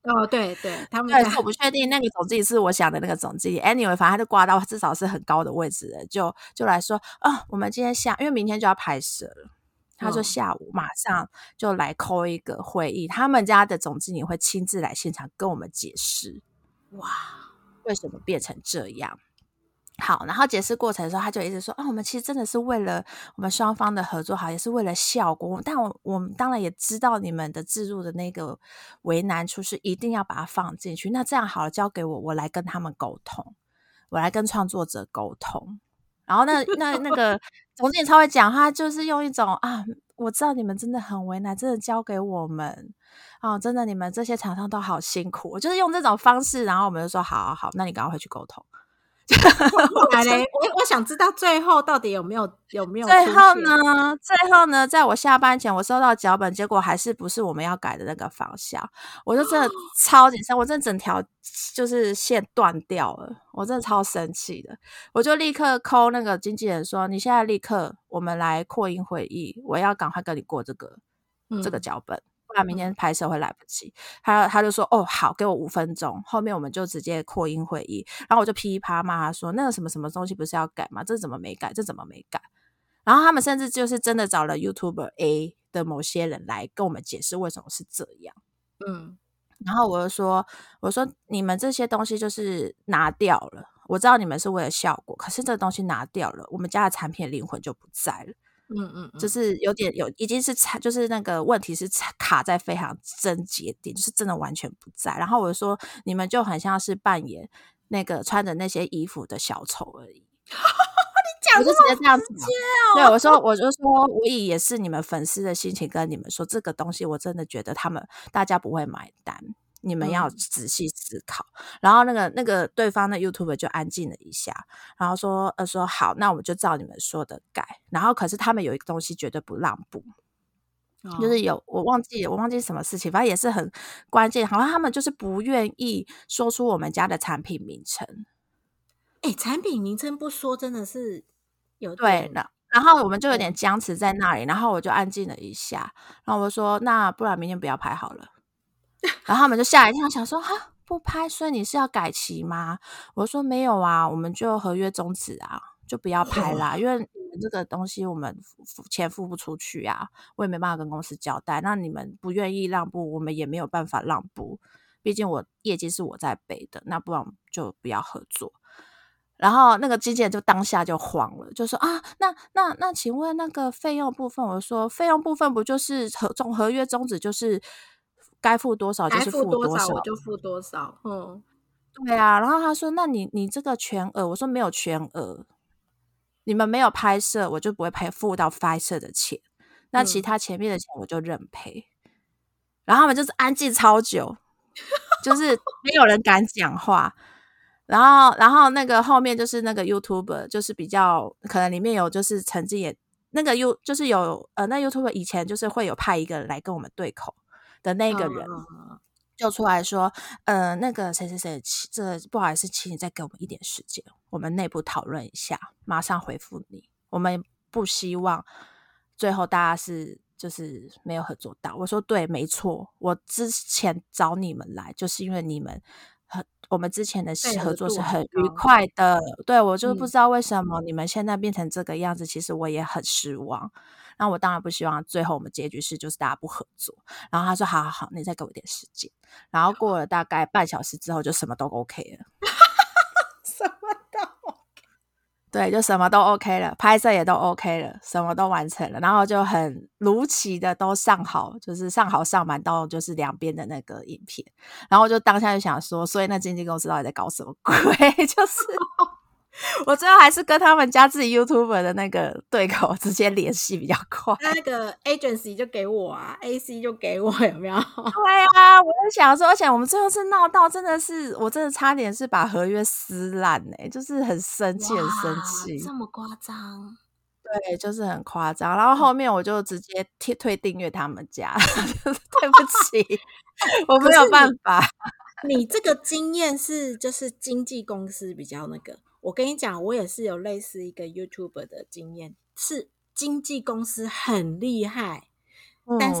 B: 哦，对对，他们
A: 对，所以我不确定那个总经理是我想的那个总经理。Anyway， 反正他就挂到至少是很高的位置了，就来说，我们今天因为明天就要拍摄了，他说下午马上就来 call 一个会议，他们家的总经理会亲自来现场跟我们解释，
B: 哇，
A: 为什么变成这样。好，然后解释过程的时候，他就一直说，我们其实真的是为了我们双方的合作好，也是为了效果。但我们当然也知道你们的置入的那个为难处是一定要把它放进去。那这样好了，交给我，我来跟他们沟通，我来跟创作者沟通。然后那个总经理超会讲话，就是用一种我知道你们真的很为难，真的交给我们真的你们这些厂商都好辛苦，我就是用这种方式，然后我们就说好，那你赶快回去沟通。
B: 后来嘞，我想知道最后到底有没有
A: 最后呢，在我下班前，我收到脚本，结果还是不是我们要改的那个方向，我就真的超级生，我真的整条就是线断掉了，我真的超生气的，我就立刻 call 那个经纪人说，你现在立刻我们来扩音会议，我要赶快跟你过这个脚本。不然明天拍摄会来不及。他就说好，给我5分钟，后面我们就直接扩音会议。然后我就噼啪骂他说，那个什么什么东西不是要改吗？这怎么没改？这怎么没改？然后他们甚至就是真的找了 YouTuber A 的某些人来跟我们解释为什么是这样。然后我说你们这些东西就是拿掉了，我知道你们是为了效果，可是这东西拿掉了，我们家的产品的灵魂就不在了。就是已经是就是那个问题是卡在非常症结点，就是真的完全不在。然后我说你们就很像是扮演那个穿着那些衣服的小丑而已。
B: 你讲
A: 这么直接这样子对，我就说我也是你们粉丝的心情跟你们说，这个东西我真的觉得大家不会买单，你们要仔细思考。然后那个对方的 YouTuber 就安静了一下，然后说好，那我们就照你们说的改。然后可是他们有一个东西绝对不让步，就是我忘记什么事情，反正也是很关键，好像他们就是不愿意说出我们家的产品名称。
B: 产品名称不说真的是有
A: 对的。然后我们就有点僵持在那里，然后我就安静了一下，然后我说那不然明天不要拍好了。然后他们就吓一跳，想说不拍，所以你是要改期吗？我说没有啊，我们就合约终止啊，就不要拍啦，因为你们这个东西我们钱付不出去啊，我也没办法跟公司交代，那你们不愿意让步，我们也没有办法让步，毕竟业绩是我在背的，那不然就不要合作。然后那个经纪人就当下就慌了，就说那请问那个费用部分，我说费用部分不就是合约终止，就是该付多少就是付多少，
B: 我就付多少。
A: 对啊。然后他说那你这个全额，我说没有全额，你们没有拍摄我就不会付到拍摄的钱，那其他前面的钱我就认赔。然后他们就是安静超久，就是没有人敢讲话。然后那个后面就是那个 YouTuber， 就是比较可能里面有就是曾经也那个就是有那 YouTuber 以前就是会有派一个人来跟我们对口的那个人，就出来说那个谁谁谁，这不好意思，请你再给我们一点时间，我们内部讨论一下，马上回复你。我们不希望最后大家就是没有合作到。我说对，没错，我之前找你们来就是因为你们我们之前的合作是很愉快的，对，我就不知道为什么你们现在变成这个样子，其实我也很失望。那我当然不希望最后我们结局是就是大家不合作。然后他说好，你再给我一点时间。然后过了大概半小时之后，就什么都 OK 了。
B: 什么都 OK，
A: 对，就什么都 OK 了，拍摄也都 OK 了，什么都完成了，然后就很如期的都上好，就是上好上满到就是两边的那个影片。然后就当下就想说，所以那经纪公司到底在搞什么鬼？就是我最后还是跟他们家自己 YouTuber 的那个对口直接联系比较快。
B: 那个 agency 就给我啊 ，AC 就给我，有没有？
A: 对啊，我就想说，而且我们最后是闹到真的是，我真的差点是把合约撕烂就是很生气，很生气，
B: 这么夸张？
A: 对，就是很夸张。然后后面我就直接退订阅他们家，对不起，我没有办法。
B: 你这个经验是就是经纪公司比较那个，我跟你讲，我也是有类似一个 YouTuber 的经验，是经纪公司很厉害，但是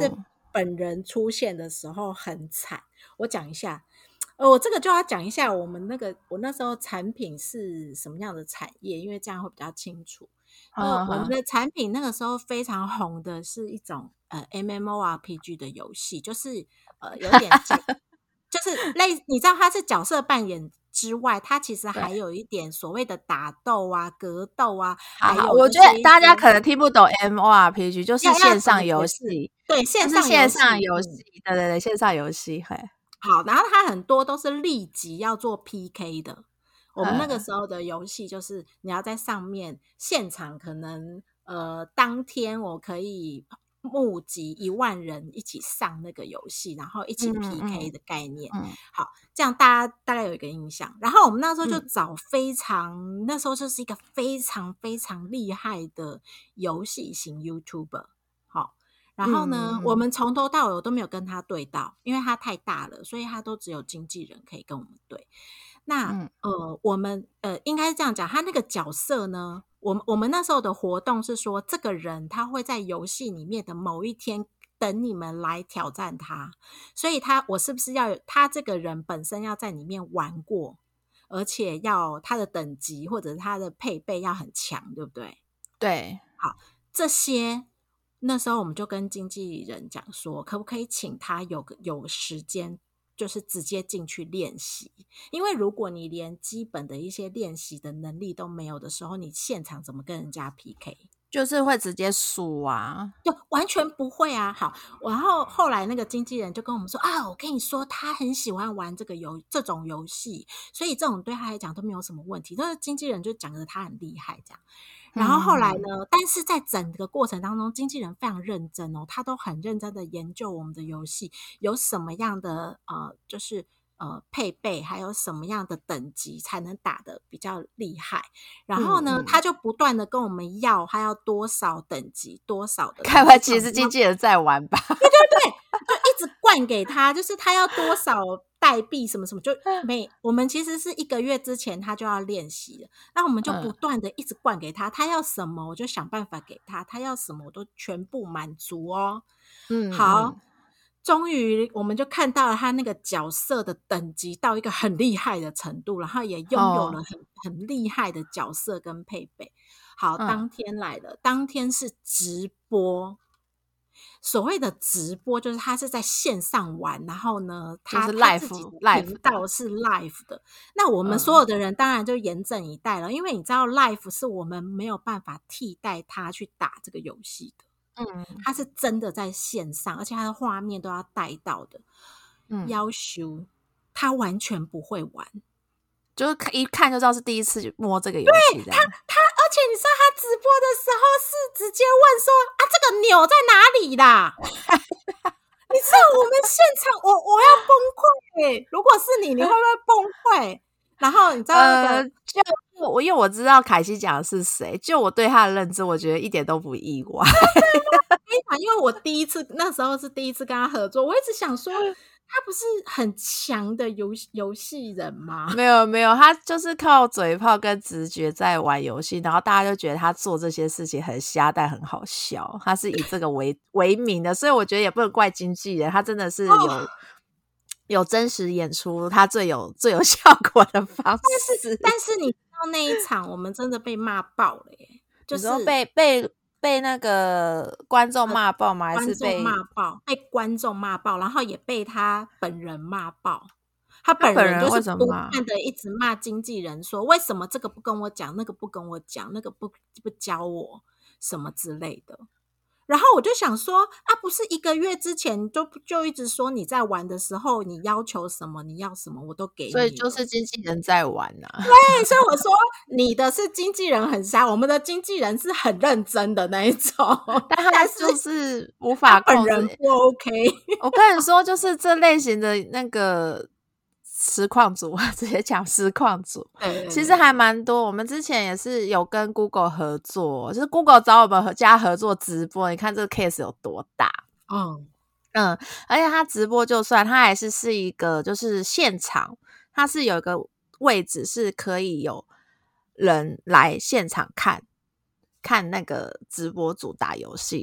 B: 本人出现的时候很惨。我讲一下，我这个就要讲一下我那时候产品是什么样的产业，因为这样会比较清楚。我们的产品那个时候非常红的是一种MMORPG 的游戏，就是有点就是你知道它是角色扮演之外，它其实还有一点所谓的打斗啊、格斗啊，还有
A: 我觉得大家可能听不懂 MMORPG， 就是线上游戏，
B: 对，线
A: 上
B: 游戏，
A: 对对对，线上游戏。
B: 好，然后它很多都是立即要做 PK 的。我们那个时候的游戏就是你要在上面现场，可能当天我可以募集1万人一起上那个游戏，然后一起 PK 的概念。好，这样大家大概有一个印象。然后我们那时候就找那时候就是一个非常非常厉害的游戏型 YouTuber。好，然后呢，我们从头到尾我都没有跟他对到，因为他太大了，所以他都只有经纪人可以跟我们对。那我们应该是这样讲，他那个角色呢，我们那时候的活动是说，这个人他会在游戏里面的某一天等你们来挑战他，所以我是不是要他这个人本身要在里面玩过，而且要他的等级或者是他的配备要很强，对不对？
A: 对，
B: 好，这些那时候我们就跟经纪人讲说，可不可以请他有时间，就是直接进去练习，因为如果你连基本的一些练习的能力都没有的时候，你现场怎么跟人家 PK？
A: 就是会直接输啊，
B: 就完全不会啊。好，然后后来那个经纪人就跟我们说啊，我跟你说他很喜欢玩这种游戏，所以这种对他来讲都没有什么问题。就是经纪人就讲着他很厉害这样。然后后来呢，但是在整个过程当中，经纪人非常认真哦，他都很认真的研究我们的游戏有什么样的就是配备，还有什么样的等级才能打得比较厉害。然后呢，他就不断的跟我们要他要多少等级，多少的。
A: 开玩笑，是经纪人在玩吧？
B: 对对对，就一直灌给他，就是他要多少代币什么什么，就我们其实是1个月之前他就要练习了，那我们就不断的一直灌给他，他要什么我就想办法给他，他要什么我都全部满足哦。好，终于我们就看到了他那个角色的等级到一个很厉害的程度，然后也拥有了很厉害的角色跟配备。好，当天来了，当天是直播。所谓的直播就是他是在线上玩，然后呢他自己的频道是 live 的。那我们所有的人当然就严阵以待了，因为你知道 live 是我们没有办法替代他去打这个游戏的。他是真的在线上，而且他的画面都要带到的。要求他完全不会玩，
A: 就是一看就知道是第一次摸这个游戏。
B: 他而且你知道他直播的时候是直接问说啊，这个钮在哪里啦？你知道我们现场我要崩溃如果是你会不会崩溃？然后你知道那个
A: 因为我知道凯西讲的是谁，就我对他的认知，我觉得一点都不意外。
B: 因为我那时候是第一次跟他合作，我一直想说他不是很强的游戏人吗？
A: 没有没有，他就是靠嘴炮跟直觉在玩游戏，然后大家就觉得他做这些事情很瞎但很好笑，他是以这个为名的，所以我觉得也不能怪经纪人，他真的是有真实演出他最有效果的方式。
B: 但是你知道那一场我们真的被骂爆了耶，就是
A: 被那个观众骂爆吗？还是被
B: 观众骂爆，然后也被他本人骂爆。他本人就是不断的一直骂经纪人说，为什么这个不跟我讲，那个不跟我讲，那个不教我什么之类的。然后我就想说啊，不是1个月之前就一直说你在玩的时候你要求什么你要什么我都给你，
A: 所以就是经纪人在玩啊。
B: 对，所以我说你的是经纪人很瞎，我们的经纪人是很认真的那一种，
A: 但他就是无法控制，
B: 本人不 OK。
A: 我跟你说就是这类型的那个实况组，直接讲实况组，其实还蛮多。我们之前也是有跟 Google 合作，就是 Google 找我们家合作直播，你看这个 case 有多大。而且他直播就算，他还是一个就是现场，他是有一个位置是可以有人来现场看那个直播组打游戏。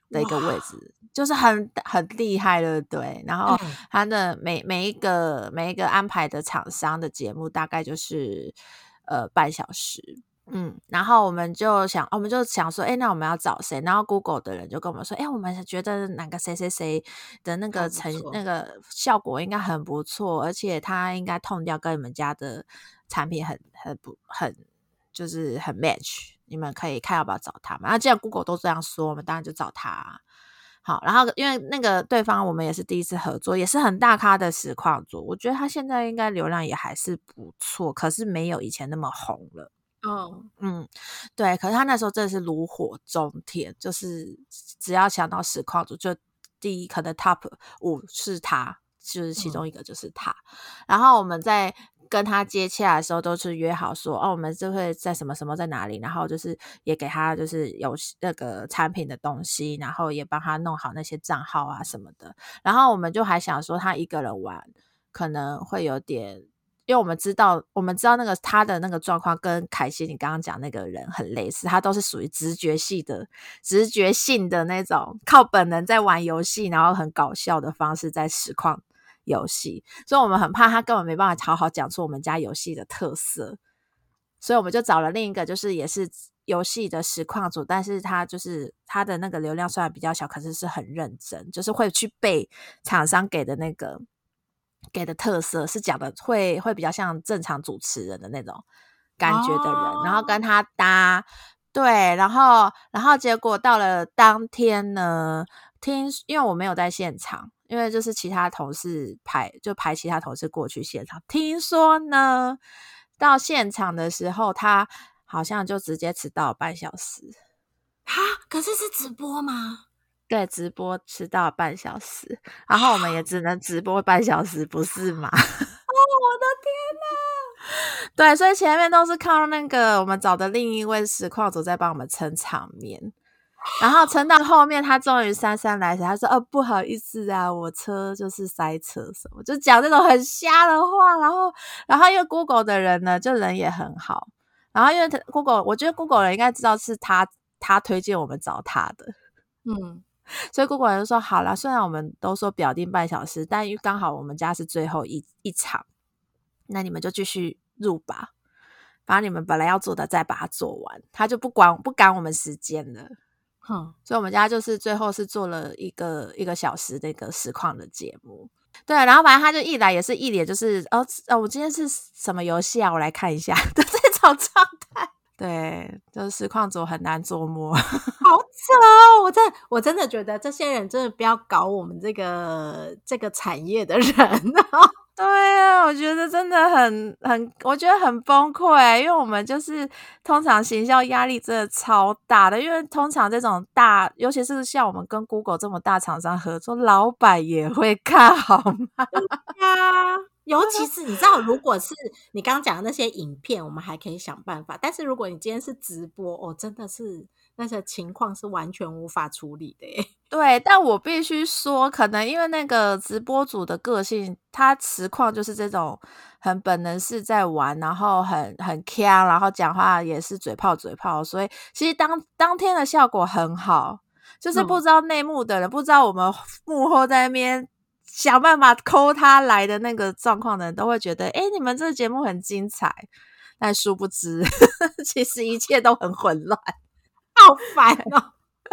A: 的一个位置，就是很厉害了，对。然后他的每一个安排的厂商的节目大概就是半小时。然后我们就想说，那我们要找谁？然后 Google 的人就跟我们说，我们觉得哪个谁谁谁的那个那个效果应该很不错，而且他应该痛调跟你们家的产品很就是很 match， 你们可以看要不要找他们。那既然 Google 都这样说，我们当然就找他。好，然后因为那个对方我们也是第一次合作，也是很大咖的实况组，我觉得他现在应该流量也还是不错，可是没有以前那么红了。对，可是他那时候真的是炉火中天，就是只要想到实况组，就第一可能 top 5是他，就是其中一个就是他。然后我们在跟他接洽的时候都是约好说，我们就会在什么什么在哪里，然后就是也给他就是有那个产品的东西，然后也帮他弄好那些账号啊什么的。然后我们就还想说他一个人玩可能会有点，因为我们知道那个他的那个状况跟凯西你刚刚讲那个人很类似，他都是属于直觉性的那种靠本能在玩游戏，然后很搞笑的方式在实况游戏，所以我们很怕他根本没办法好好讲出我们家游戏的特色，所以我们就找了另一个就是也是游戏的实况组，但是他就是他的那个流量虽然比较小，可是是很认真，就是会去背厂商给的那个给的特色，是讲的会比较像正常主持人的那种感觉的人，然后跟他搭。对，然后结果到了当天呢，因为我没有在现场，因为就是其他同事排其他同事过去现场，听说呢到现场的时候他好像就直接迟到了半小时。
B: 可是直播吗？
A: 对，直播迟到了半小时，然后我们也只能直播半小时，不是吗？
B: 我的天哪！
A: 对，所以前面都是靠那个我们找的另一位实况组在帮我们撑场面，然后撑到后面他终于姗姗来迟，他说不好意思啊，我车就是塞车什么，就讲这种很瞎的话。然后因为 Google 的人呢就人也很好，然后因为 我觉得 Google 人应该知道是他推荐我们找他的。所以 Google 人就说好啦，虽然我们都说表定半小时，但因为刚好我们家是最后一场，那你们就继续录吧，把你们本来要做的再把它做完，他就不赶我们时间了。所以我们家就是最后是做了一个小时的一个实况的节目。对，然后反正他就一来也是一脸就是我今天是什么游戏啊，我来看一下的这种状态。对，就是实况组很难捉摸。
B: 好扯哦！我真的觉得这些人真的不要搞我们这个产业的人哦。
A: 对啊，我觉得真的我觉得很崩溃，因为我们就是通常行销压力真的超大的，因为通常这种大，尤其是像我们跟 Google 这么大厂商合作，老板也会看好吗？
B: 对啊，尤其是你知道，如果是你刚刚讲的那些影片，我们还可以想办法，但是如果你今天是直播，真的是那些情况是完全无法处理的耶。
A: 对，但我必须说，可能因为那个直播主的个性，他实况就是这种很本能式在玩，然后很呛，然后讲话也是嘴炮，所以其实当天的效果很好，就是不知道内幕的人，不知道我们幕后在那边想办法抠他来的那个状况的人，都会觉得你们这个节目很精彩，但殊不知其实一切都很混乱，
B: 好烦哦。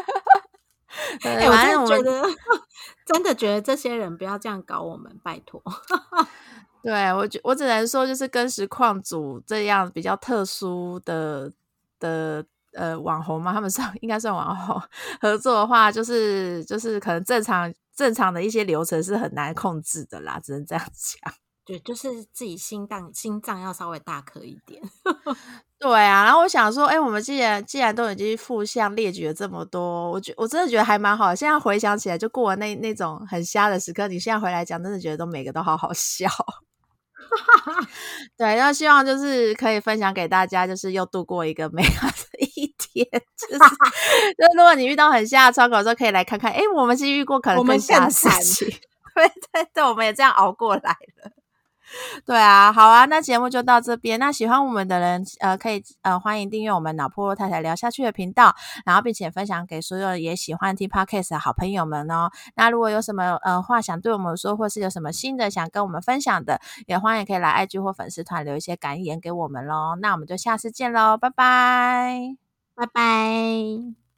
A: 我
B: 真的觉得这些人不要这样搞我们，拜托。
A: 对，我只能说，就是跟实况组这样比较特殊的网红嘛，他们应该算网红合作的话，就是可能正常的一些流程是很难控制的啦，只能这样讲。
B: 对，就是自己心脏要稍微大颗一点。
A: 对啊，然后我想说，我们既然都已经负向列举了这么多，我真的觉得还蛮好的。现在回想起来，就过了那种很瞎的时刻，你现在回来讲，真的觉得每个都好好笑。对，然后希望就是可以分享给大家，就是又度过一个美好的一天。就是如果你遇到很瞎的窗口的时候，可以来看看，我们是遇过可能更瞎的事情。对，我们也这样熬过来了。 对啊，好啊，那节目就到这边。那喜欢我们的人，可以欢迎订阅我们脑波太太聊下去的频道，然后并且分享给所有也喜欢听 Podcast 的好朋友们哦。那如果有什么话想对我们说，或是有什么新的想跟我们分享的，也欢迎可以来 IG 或粉丝团留一些感言给我们咯。那我们就下次见咯，拜拜，
B: 拜拜。